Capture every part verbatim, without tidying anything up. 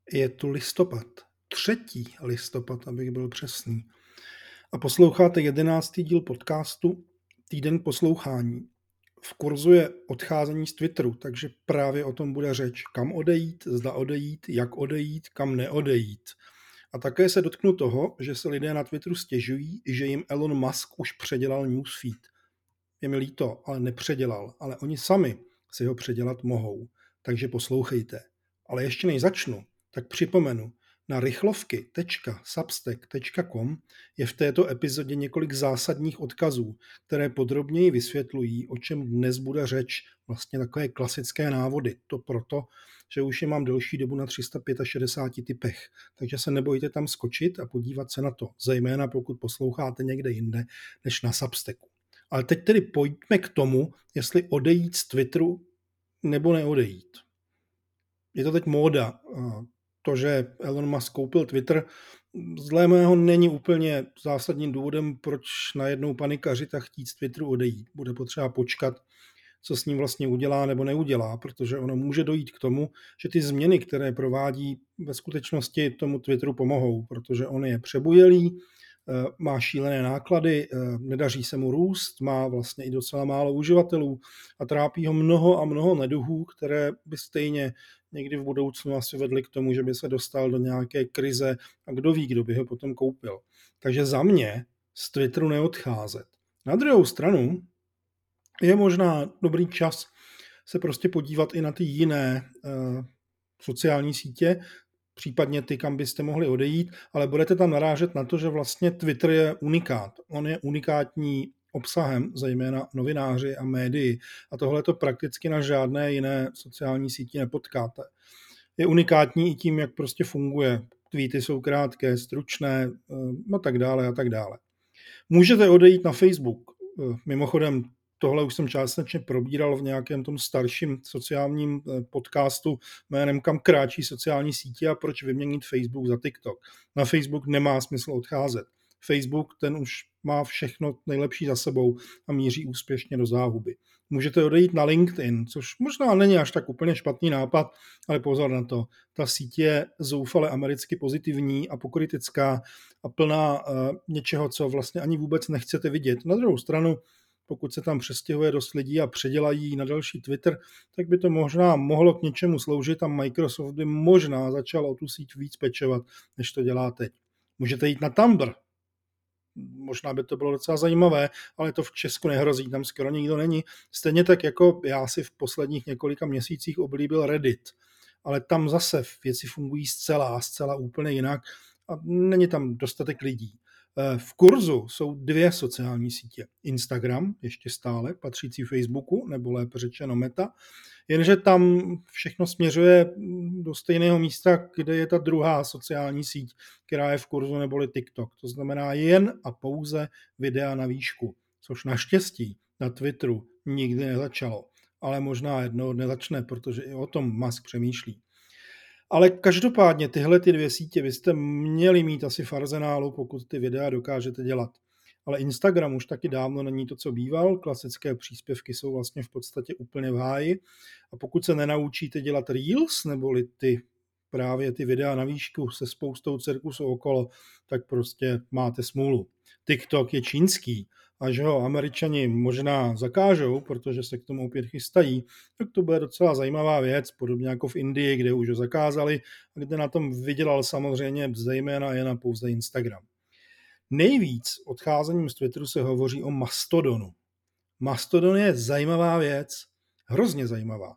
Je tu listopad, třetí listopad, abych byl přesný. A posloucháte jedenáctý díl podcastu Týden poslouchání. V kurzu je odcházení z Twitteru, takže právě o tom bude řeč. Kam odejít, zda odejít, jak odejít, kam neodejít. A také se dotknu toho, že se lidé na Twitteru stěžují, že jim Elon Musk už předělal newsfeed. Je mi líto, ale nepředělal. Ale oni sami si ho předělat mohou. Takže poslouchejte. Ale ještě než začnu, tak připomenu, na rychlovky tečka substack tečka com je v této epizodě několik zásadních odkazů, které podrobněji vysvětlují, o čem dnes bude řeč, vlastně takové klasické návody. To proto, že už je mám delší dobu na tři sta šedesát pět typech, takže se nebojte tam skočit a podívat se na to, zejména pokud posloucháte někde jinde než na Substacku. Ale teď tedy pojďme k tomu, jestli odejít z Twitteru nebo neodejít. Je to teď móda. To, že Elon Musk koupil Twitter, z dle mého není úplně zásadním důvodem, proč najednou panikařit a chtít z Twitteru odejít. Bude potřeba počkat, co s ním vlastně udělá nebo neudělá, protože ono může dojít k tomu, že ty změny, které provádí, ve skutečnosti tomu Twitteru pomohou, protože on je přebujelý, má šílené náklady, nedaří se mu růst, má vlastně i docela málo uživatelů a trápí ho mnoho a mnoho neduhů, které by stejně někdy v budoucnu asi vedly k tomu, že by se dostal do nějaké krize a kdo ví, kdo by ho potom koupil. Takže za mě z Twitteru neodcházet. Na druhou stranu je možná dobrý čas se prostě podívat i na ty jiné uh, sociální sítě, případně ty, kam byste mohli odejít, ale budete tam narážet na to, že vlastně Twitter je unikát. On je unikátní obsahem, zejména novináři a médii. A tohle to prakticky na žádné jiné sociální síti nepotkáte. Je unikátní i tím, jak prostě funguje. Tweety jsou krátké, stručné a tak dále a tak dále. Můžete odejít na Facebook. Mimochodem, tohle už jsem částečně probíral v nějakém tom starším sociálním podcastu jménem Kam kráčí sociální sítě a proč vyměnit Facebook za TikTok. Na Facebook nemá smysl odcházet. Facebook, ten už má všechno nejlepší za sebou a míří úspěšně do záhuby. Můžete odejít na LinkedIn, což možná není až tak úplně špatný nápad, ale pozor na to. Ta síť je zoufale americky pozitivní a pokrytická a plná uh, něčeho, co vlastně ani vůbec nechcete vidět. Na druhou stranu, pokud se tam přestěhuje dost lidí a předělají na další Twitter, tak by to možná mohlo k něčemu sloužit a Microsoft by možná začal o tu síť víc pečovat, než to dělá teď. Můžete jít na Tumblr. Možná by to bylo docela zajímavé, ale to v Česku nehrozí, tam skoro nikdo není. Stejně tak jako já si v posledních několika měsících oblíbil Reddit, ale tam zase věci fungují zcela, zcela úplně jinak a není tam dostatek lidí. V kurzu jsou dvě sociální sítě. Instagram, ještě stále, patřící Facebooku, nebo lépe řečeno Meta, jenže tam všechno směřuje do stejného místa, kde je ta druhá sociální síť, která je v kurzu, neboli TikTok. To znamená jen a pouze videa na výšku, což naštěstí na Twitteru nikdy nezačalo. Ale možná jednoho dne začne, protože i o tom Musk přemýšlí. Ale každopádně tyhle ty dvě sítě byste měli mít asi v arzenálu, pokud ty videa dokážete dělat. Ale Instagram už taky dávno není to, co býval. Klasické příspěvky jsou vlastně v podstatě úplně v háji. A pokud se nenaučíte dělat Reels, neboli ty právě ty videa na výšku se spoustou cirkusu okolo, tak prostě máte smůlu. TikTok je čínský. Až ho Američani možná zakážou, protože se k tomu opět chystají, tak to bude docela zajímavá věc, podobně jako v Indii, kde už ho zakázali a kde na tom vydělal samozřejmě zejména jen a pouze Instagram. Nejvíc odcházením z Twitteru se hovoří o Mastodonu. Mastodon je zajímavá věc, hrozně zajímavá.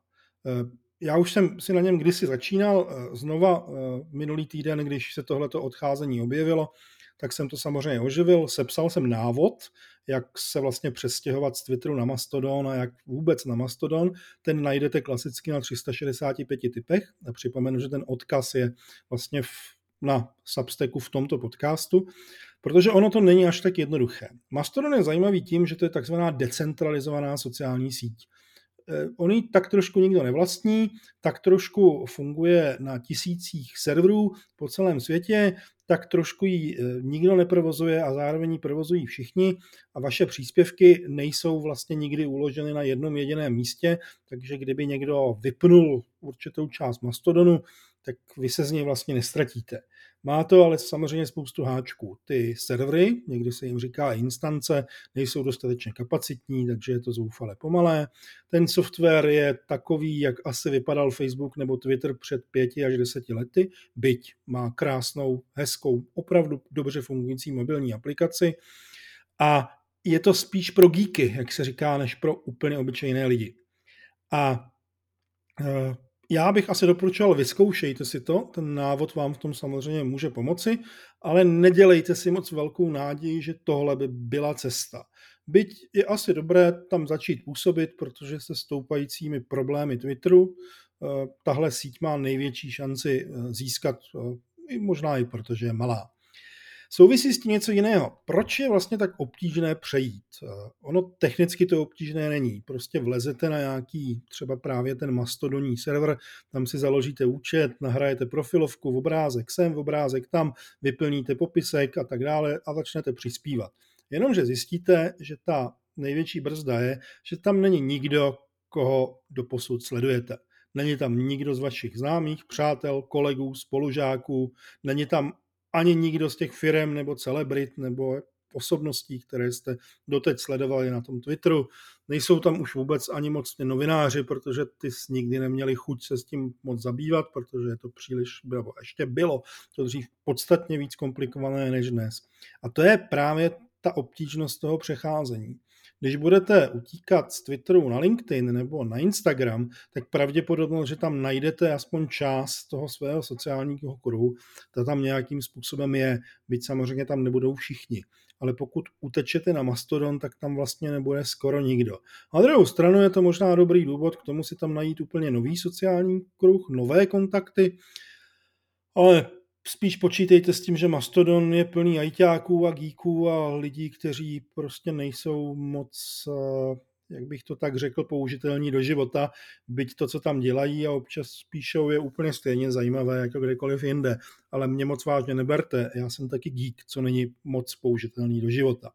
Já už jsem si na něm kdysi začínal, znova minulý týden, když se tohleto odcházení objevilo, tak jsem to samozřejmě oživil, sepsal jsem návod, jak se vlastně přestěhovat z Twitteru na Mastodon a jak vůbec na Mastodon. Ten najdete klasicky na tři sta šedesát pět typech. A připomenu, že ten odkaz je vlastně v, na Substacku v tomto podcastu, protože ono to není až tak jednoduché. Mastodon je zajímavý tím, že to je takzvaná decentralizovaná sociální síť. On ji tak trošku nikdo nevlastní, tak trošku funguje na tisících serverů po celém světě, tak trošku ji nikdo neprovozuje a zároveň ji provozují všichni a vaše příspěvky nejsou vlastně nikdy uloženy na jednom jediném místě, takže kdyby někdo vypnul určitou část Mastodonu, tak vy se z něj vlastně nestratíte. Má to ale samozřejmě spoustu háčků. Ty servery, někdy se jim říká instance, nejsou dostatečně kapacitní, takže je to zoufale pomalé. Ten software je takový, jak asi vypadal Facebook nebo Twitter před pěti až deseti lety, byť má krásnou, hezkou, opravdu dobře fungující mobilní aplikaci. A je to spíš pro geeky, jak se říká, než pro úplně obyčejné lidi. A já bych asi doporučoval, vyzkoušejte si to, ten návod vám v tom samozřejmě může pomoci, ale nedělejte si moc velkou naději, že tohle by byla cesta. Byť je asi dobré tam začít působit, protože se stoupajícími problémy Twitteru tahle síť má největší šanci získat, možná i protože je malá. Souvisí s tím něco jiného. Proč je vlastně tak obtížné přejít? Ono technicky to obtížné není. Prostě vlezete na nějaký třeba právě ten mastodonní server, tam si založíte účet, nahrajete profilovku, obrázek sem, obrázek tam, vyplníte popisek a tak dále a začnete přispívat. Jenomže zjistíte, že ta největší brzda je, že tam není nikdo, koho doposud sledujete. Není tam nikdo z vašich známých, přátel, kolegů, spolužáků, není tam ani nikdo z těch firem nebo celebrit nebo osobností, které jste doteď sledovali na tom Twitteru. Nejsou tam už vůbec ani moc novináři, protože ty nikdy neměli chuť se s tím moc zabývat, protože je to příliš, nebo ještě bylo to dřív podstatně víc komplikované než dnes. A to je právě ta obtížnost toho přecházení. Když budete utíkat z Twitteru na LinkedIn nebo na Instagram, tak pravděpodobně, že tam najdete aspoň část toho svého sociálního kruhu, ta tam nějakým způsobem je, byť samozřejmě tam nebudou všichni. Ale pokud utečete na Mastodon, tak tam vlastně nebude skoro nikdo. Na druhou stranu je to možná dobrý důvod k tomu si tam najít úplně nový sociální kruh, nové kontakty, ale spíš počítejte s tím, že Mastodon je plný ajťáků a geeků a lidí, kteří prostě nejsou moc, jak bych to tak řekl, použitelní do života, byť to, co tam dělají a občas píšou, je úplně stejně zajímavé jako kdekoliv jinde. Ale mě moc vážně neberte, já jsem taky geek, co není moc použitelný do života.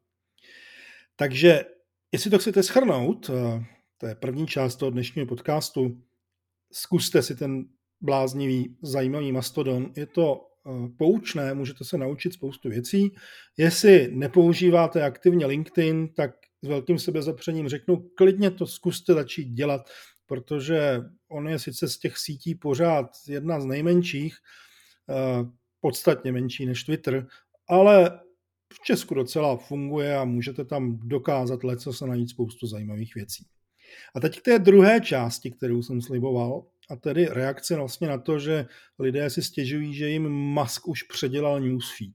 Takže, jestli to chcete shrnout, to je první část toho dnešního podcastu, zkuste si ten bláznivý, zajímavý Mastodon. Je to poučné, můžete se naučit spoustu věcí. Jestli nepoužíváte aktivně LinkedIn, tak s velkým sebezapřením řeknu, klidně to zkuste začít dělat, protože on je sice z těch sítí pořád jedna z nejmenších, podstatně menší než Twitter, ale v Česku docela funguje a můžete tam dokázat leco a najít spoustu zajímavých věcí. A teď k té druhé části, kterou jsem sliboval, a tedy reakce vlastně na to, že lidé si stěžují, že jim Musk už předělal newsfeed.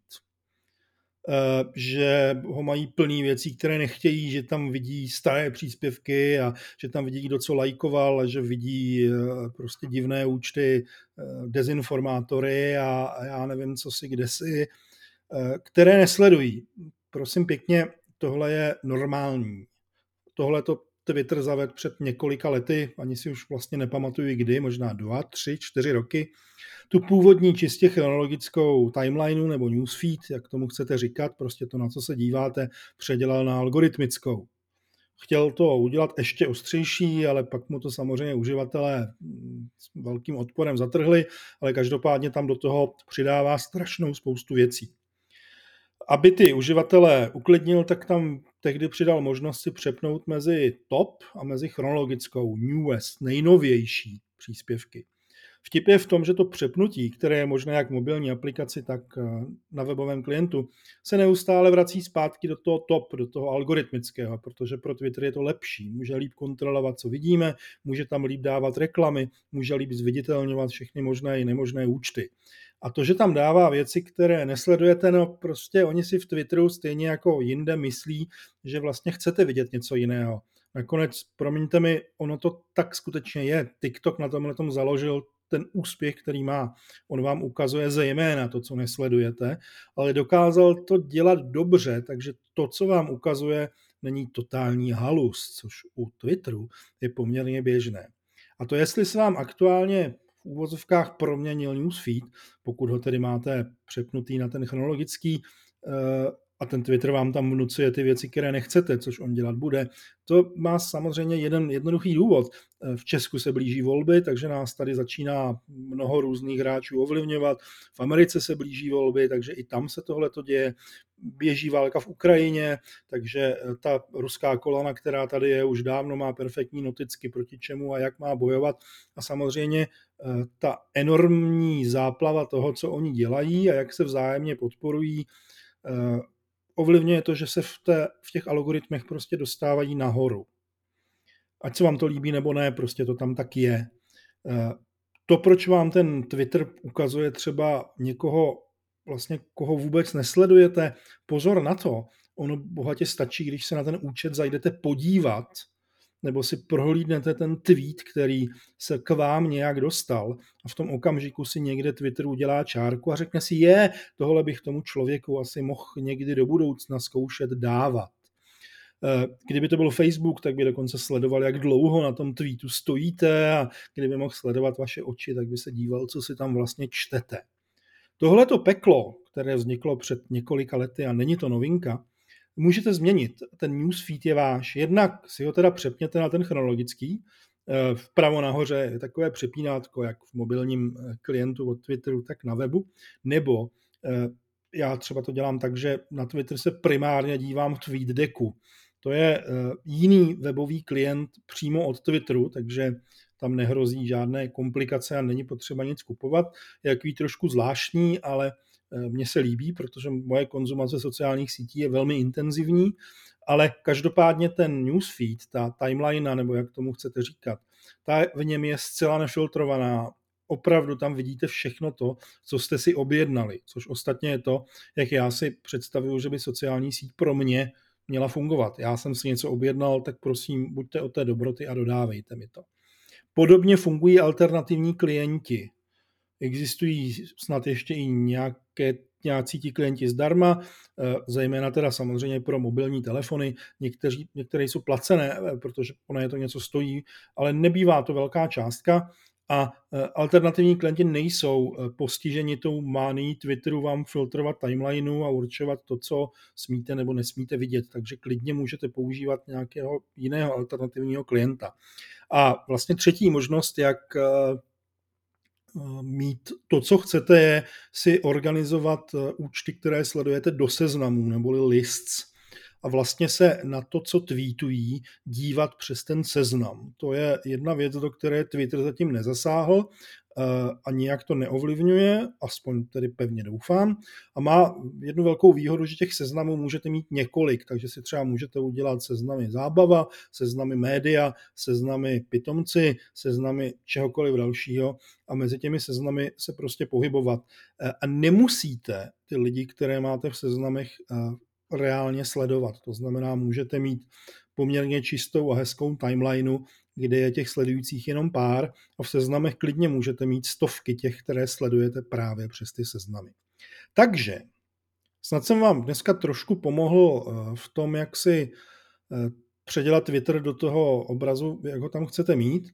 Že ho mají plný věcí, které nechtějí, že tam vidí staré příspěvky a že tam vidí, kdo co lajkoval, a že vidí prostě divné účty, dezinformátory a já nevím, co si kdesi, které nesledují. Prosím pěkně, tohle je normální. Tohle to Twitter zavedl před několika lety, ani si už vlastně nepamatuju kdy, možná dva, tři, čtyři roky. Tu původní čistě chronologickou timelineu nebo newsfeed, jak tomu chcete říkat, prostě to, na co se díváte, předělal na algoritmickou. Chtěl to udělat ještě ostřejší, ale pak mu to samozřejmě uživatelé s velkým odporem zatrhli, ale každopádně tam do toho přidává strašnou spoustu věcí. Aby ty uživatelé uklidnil, tak tam tehdy přidal možnost si přepnout mezi top a mezi chronologickou, newest, nejnovější příspěvky. Vtip je v tom, že to přepnutí, které je možné jak v mobilní aplikaci, tak na webovém klientu, se neustále vrací zpátky do toho top, do toho algoritmického, protože pro Twitter je to lepší. Může líp kontrolovat, co vidíme, může tam líp dávat reklamy, může líp zviditelňovat všechny možné i nemožné účty. A to, že tam dává věci, které nesledujete, no prostě oni si v Twitteru stejně jako jinde myslí, že vlastně chcete vidět něco jiného. Nakonec, promiňte mi, ono to tak skutečně je. TikTok na tomhle tom založil ten úspěch, který má. On vám ukazuje zejména to, co nesledujete, ale dokázal to dělat dobře, takže to, co vám ukazuje, není totální halus, což u Twitteru je poměrně běžné. A to, jestli se vám aktuálně v úvozovkách proměnil newsfeed, pokud ho tedy máte přepnutý na ten chronologický, a ten Twitter vám tam vnucuje ty věci, které nechcete, což on dělat bude. To má samozřejmě jeden jednoduchý důvod. V Česku se blíží volby, takže nás tady začíná mnoho různých hráčů ovlivňovat. V Americe se blíží volby, takže i tam se tohleto děje. Běží válka v Ukrajině, takže ta ruská kolona, která tady je, už dávno má perfektní noticky, proti čemu a jak má bojovat. A samozřejmě ta enormní záplava toho, co oni dělají a jak se vzájemně podporují, ovlivňuje to, že se v, té, v těch algoritmech prostě dostávají nahoru. Ať se vám to líbí nebo ne, prostě to tam tak je. To, proč vám ten Twitter ukazuje třeba někoho, vlastně koho vůbec nesledujete, pozor na to, ono bohatě stačí, když se na ten účet zajdete podívat, nebo si prohlídnete ten tweet, který se k vám nějak dostal a v tom okamžiku si někde Twitter udělá čárku a řekne si, je, tohle bych tomu člověku asi mohl někdy do budoucna zkoušet dávat. Kdyby to byl Facebook, tak by dokonce sledoval, jak dlouho na tom tweetu stojíte a kdyby mohl sledovat vaše oči, tak by se díval, co si tam vlastně čtete. Tohleto peklo, které vzniklo před několika lety a není to novinka, můžete změnit. Ten newsfeed je váš. Jednak si ho teda přepněte na ten chronologický. Vpravo nahoře je takové přepínátko, jak v mobilním klientu od Twitteru, tak na webu. Nebo já třeba to dělám tak, že na Twitter se primárně dívám v TweetDecku. To je jiný webový klient přímo od Twitteru, takže tam nehrozí žádné komplikace a není potřeba nic kupovat. Je takový trošku zvláštní, ale mně se líbí, protože moje konzumace sociálních sítí je velmi intenzivní, ale každopádně ten newsfeed, ta timeline, nebo jak tomu chcete říkat, ta v něm je zcela nefiltrovaná. Opravdu tam vidíte všechno to, co jste si objednali, což ostatně je to, jak já si představuju, že by sociální síť pro mě měla fungovat. Já jsem si něco objednal, tak prosím, buďte od té dobroty a dodávejte mi to. Podobně fungují alternativní klienti. Existují snad ještě i nějaké, nějací ti klienti zdarma, zejména teda samozřejmě pro mobilní telefony. Někteří, některé jsou placené, protože ono je to něco stojí, ale nebývá to velká částka a alternativní klienti nejsou postiženi tou mánií Twitteru vám filtrovat timelineu a určovat to, co smíte nebo nesmíte vidět, takže klidně můžete používat nějakého jiného alternativního klienta. A vlastně třetí možnost, jak mít to, co chcete, je si organizovat účty, které sledujete do seznamů neboli lists a vlastně se na to, co tweetují, dívat přes ten seznam. To je jedna věc, do které Twitter zatím nezasáhl a nijak to neovlivňuje, aspoň tedy pevně doufám. A má jednu velkou výhodu, že těch seznamů můžete mít několik, takže si třeba můžete udělat seznamy zábava, seznamy média, seznamy pitomci, seznamy čehokoliv dalšího a mezi těmi seznamy se prostě pohybovat. A nemusíte ty lidi, které máte v seznamech, reálně sledovat. To znamená, můžete mít poměrně čistou a hezkou timelineu, kde je těch sledujících jenom pár a v seznamech klidně můžete mít stovky těch, které sledujete právě přes ty seznamy. Takže snad jsem vám dneska trošku pomohl v tom, jak si předělat Twitter do toho obrazu, jak ho tam chcete mít.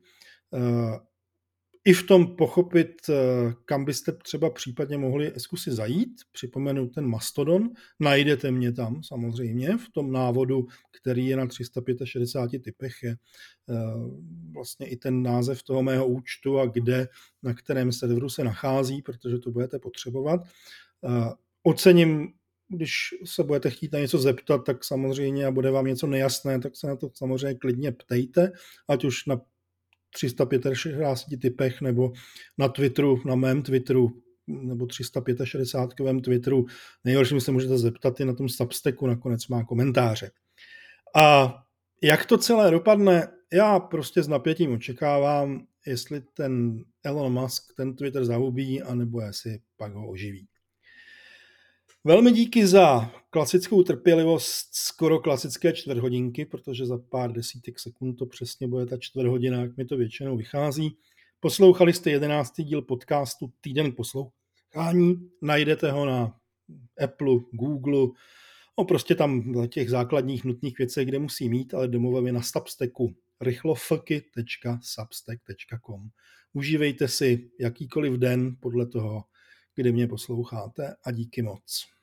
I v tom pochopit, kam byste třeba případně mohli zkusit zajít. Připomenu ten Mastodon, najdete mě tam samozřejmě v tom návodu, který je na tři sta šedesát pět typech, je vlastně i ten název toho mého účtu a kde, na kterém serveru se nachází, protože to budete potřebovat. Ocením, když se budete chtít na něco zeptat, tak samozřejmě a bude vám něco nejasné, tak se na to samozřejmě klidně ptejte, ať už na tři sta šedesát pět typech nebo na Twitteru, na mém Twitteru nebo tři sta šedesát pětkovém Twitteru. Nejhorším se můžete zeptat i na tom Substacku, nakonec má komentáře. A jak to celé dopadne, já prostě s napětím očekávám, jestli ten Elon Musk ten Twitter zahubí, anebo jestli pak ho oživí. Velmi díky za klasickou trpělivost, skoro klasické čtvrthodinky, protože za pár desítek sekund to přesně bude ta čtvrthodina, jak mi to většinou vychází. Poslouchali jste jedenáctý díl podcastu Týden poslouchání, najdete ho na Apple, Google, no prostě tam těch základních nutných věcí, kde musí mít, ale domovem je na Substacku rychlofky tečka substack tečka com. Užívejte si jakýkoliv den podle toho, kdy mě posloucháte a díky moc.